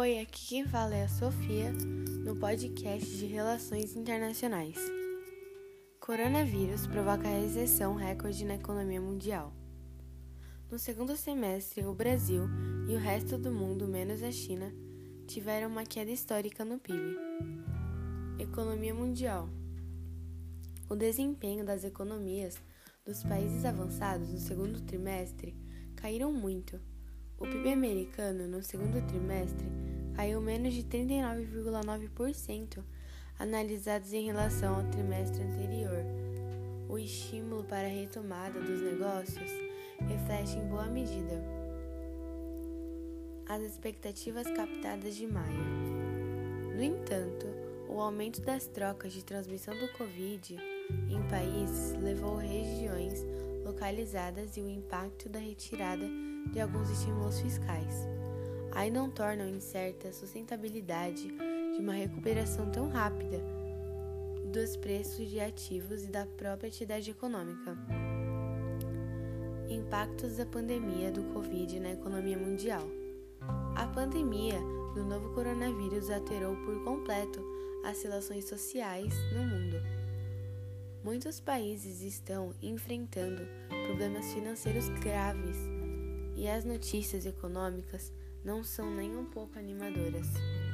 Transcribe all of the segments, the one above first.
Oi, aqui quem fala é a Sofia, no podcast de Relações Internacionais. Coronavírus provoca recessão recorde na economia mundial. No segundo semestre, o Brasil e o resto do mundo, menos a China, tiveram uma queda histórica no PIB. Economia mundial. O desempenho das economias dos países avançados no segundo trimestre caíram muito. O PIB americano no segundo trimestre caiu menos de 39,9%, analisados em relação ao trimestre anterior. O estímulo para a retomada dos negócios reflete em boa medida as expectativas captadas de maio. No entanto, o aumento das trocas de transmissão do Covid em países levou regiões localizadas e o impacto da retirada de alguns estímulos fiscais ainda não tornam incerta a sustentabilidade de uma recuperação tão rápida dos preços de ativos e da própria atividade econômica. Impactos da pandemia do Covid na economia mundial. A pandemia do novo coronavírus alterou por completo as relações sociais no mundo. Muitos países estão enfrentando problemas financeiros graves e as notícias econômicas não são nem um pouco animadoras.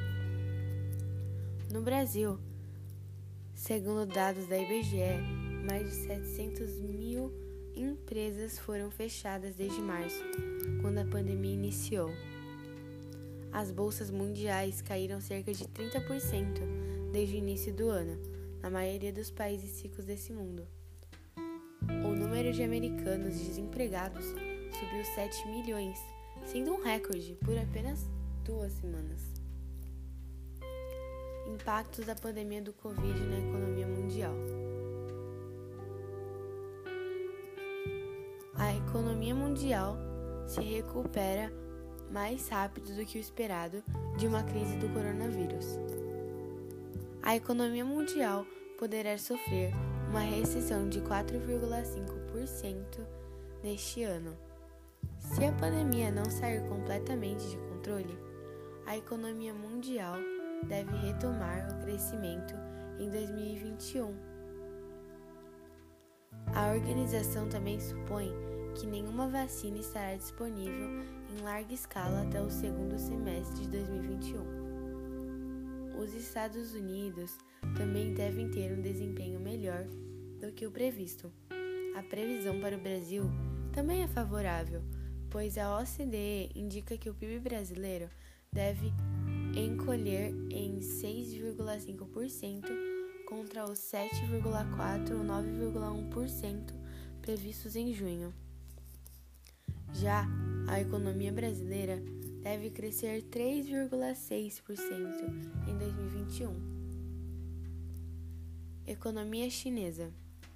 No Brasil, segundo dados da IBGE, mais de 700 mil empresas foram fechadas desde março, quando a pandemia iniciou. As bolsas mundiais caíram cerca de 30% desde o início do ano, na maioria dos países ricos desse mundo. O número de americanos desempregados subiu 7 milhões, sendo um recorde por apenas 2 semanas. Impactos da pandemia do Covid na economia mundial. A economia mundial se recupera mais rápido do que o esperado de uma crise do coronavírus. A economia mundial poderá sofrer uma recessão de 4,5% neste ano. Se a pandemia não sair completamente de controle, a economia mundial deve retomar o crescimento em 2021. A organização também supõe que nenhuma vacina estará disponível em larga escala até o segundo semestre de 2021. Os Estados Unidos também devem ter um desempenho melhor do que o previsto. A previsão para o Brasil também é favorável, pois a OCDE indica que o PIB brasileiro deve encolher em 6,5% contra os 7,4% ou 9,1% previstos em junho. Já a economia brasileira deve crescer 3,6% em 2021. Economia chinesa.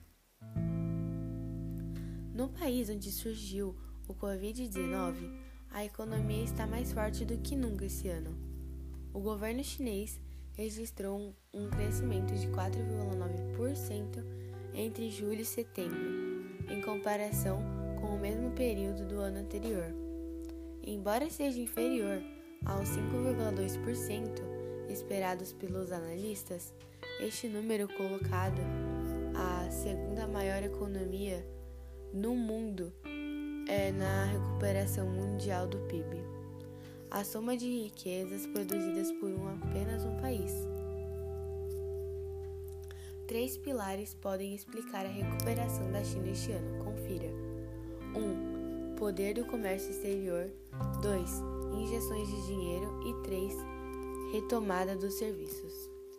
No país onde surgiu o Covid-19, a economia está mais forte do que nunca esse ano. O governo chinês registrou um crescimento de 4,9% entre julho e setembro, em comparação com o mesmo período do ano anterior. Embora seja inferior aos 5,2% esperados pelos analistas, este número colocado a segunda maior economia no mundo na recuperação mundial do PIB. A soma de riquezas produzidas por apenas um país. 3 pilares podem explicar a recuperação da China este ano. Confira. 1. Poder do comércio exterior. 2. Injeções de dinheiro. E 3. Retomada dos serviços.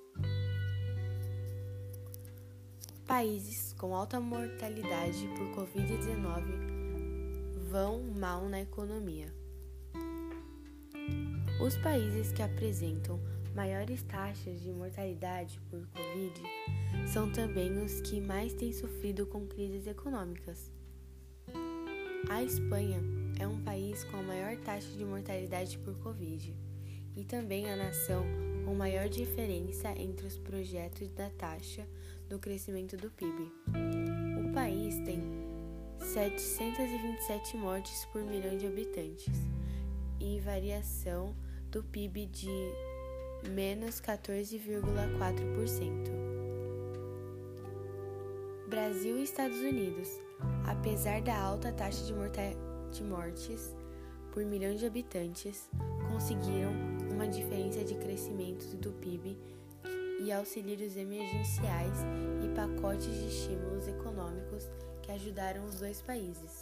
Países com alta mortalidade por Covid-19 vão mal na economia. Os países que apresentam maiores taxas de mortalidade por Covid são também os que mais têm sofrido com crises econômicas. A Espanha é um país com a maior taxa de mortalidade por Covid e também a nação com maior diferença entre os projetos da taxa do crescimento do PIB. O país tem 727 mortes por milhão de habitantes e variação do PIB de menos 14,4%. Brasil e Estados Unidos. Apesar da alta taxa de mortes por milhão de habitantes, conseguiram uma diferença de crescimento do PIB e auxílios emergenciais e pacotes de estímulos econômicos que ajudaram os dois países.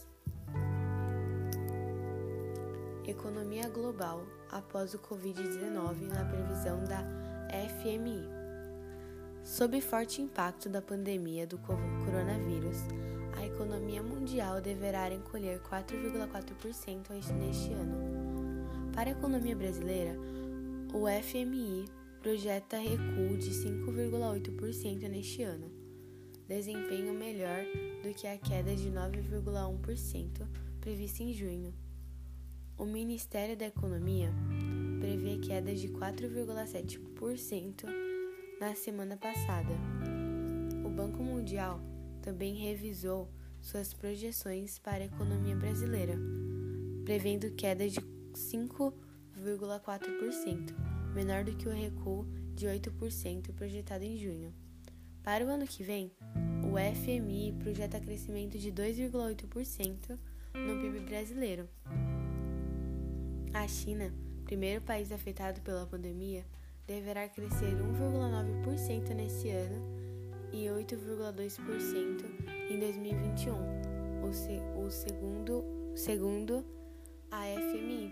Economia global após o Covid-19 na previsão da FMI. Sob forte impacto da pandemia do coronavírus, a economia mundial deverá encolher 4,4% neste ano. Para a economia brasileira, o FMI projeta recuo de 5,8% neste ano, desempenho melhor do que a queda de 9,1% prevista em junho. O Ministério da Economia prevê queda de 4,7% na semana passada. O Banco Mundial também revisou suas projeções para a economia brasileira, prevendo queda de 5,4%, menor do que o recuo de 8% projetado em junho. Para o ano que vem, o FMI projeta crescimento de 2,8% no PIB brasileiro. A China, primeiro país afetado pela pandemia, deverá crescer 1,9% neste ano e 8,2% em 2021, segundo a FMI.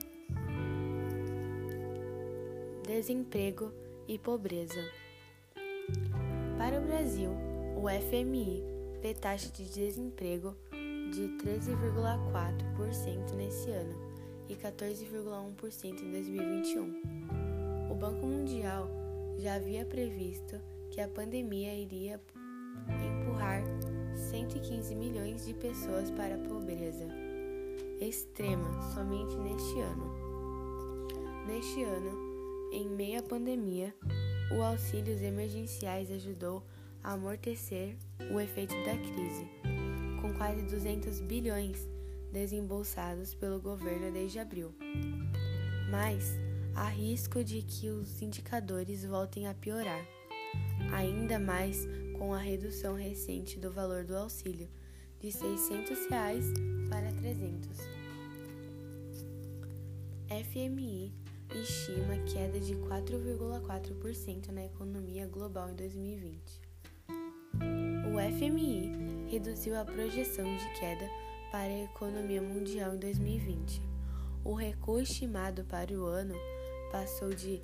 Desemprego e pobreza. Para o Brasil, o FMI vê taxa de desemprego de 13,4% nesse ano e 14,1% em 2021. O Banco Mundial já havia previsto que a pandemia iria empurrar 115 milhões de pessoas para a pobreza extrema somente neste ano. Neste ano, em meio à pandemia, o auxílios emergenciais ajudou a amortecer o efeito da crise, com quase 200 bilhões desembolsados pelo governo desde abril. Mas há risco de que os indicadores voltem a piorar, ainda mais com a redução recente do valor do auxílio, de R$ 600 para 300. FMI estima queda de 4,4% na economia global em 2020. O FMI reduziu a projeção de queda para a economia mundial em 2020. O recuo estimado para o ano passou de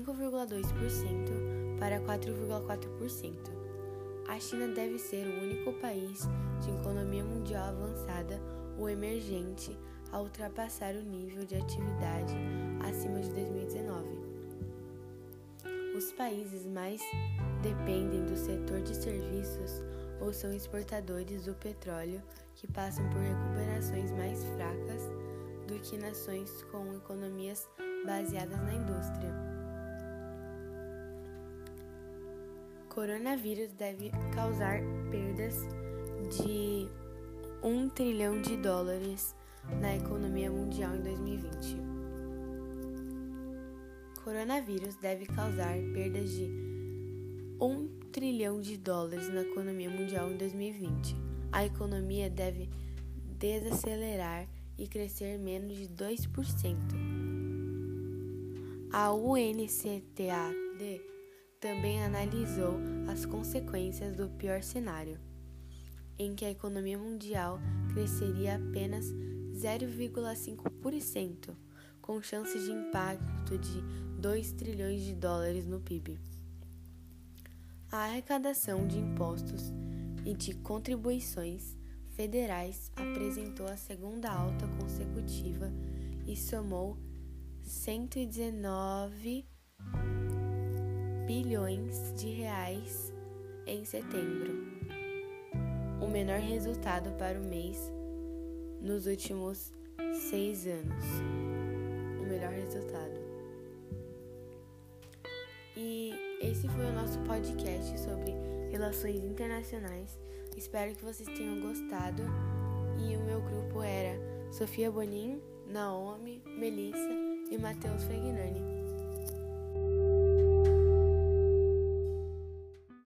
5,2% para 4,4%. A China deve ser o único país de economia mundial avançada ou emergente a ultrapassar o nível de atividade acima de 2019. Os países mais dependem do setor de serviços ou são exportadores do petróleo que passam por recuperações mais fracas do que nações com economias baseadas na indústria. Coronavírus deve causar perdas de $1 trilhão na economia mundial em 2020. Coronavírus deve causar perdas de $1 trilhão na economia mundial em 2020. A economia deve desacelerar e crescer menos de 2%. A UNCTAD também analisou as consequências do pior cenário, em que a economia mundial cresceria apenas 0,5%, com chances de impacto de $2 trilhões no PIB. A arrecadação de impostos e de contribuições federais apresentou a segunda alta consecutiva e somou R$119 bilhões em setembro, o menor resultado para o mês nos últimos 6 anos. O melhor resultado. E esse foi o nosso podcast sobre relações internacionais. Espero que vocês tenham gostado. E o meu grupo era Sofia Bonin, Naomi, Melissa e Matheus Fregnani.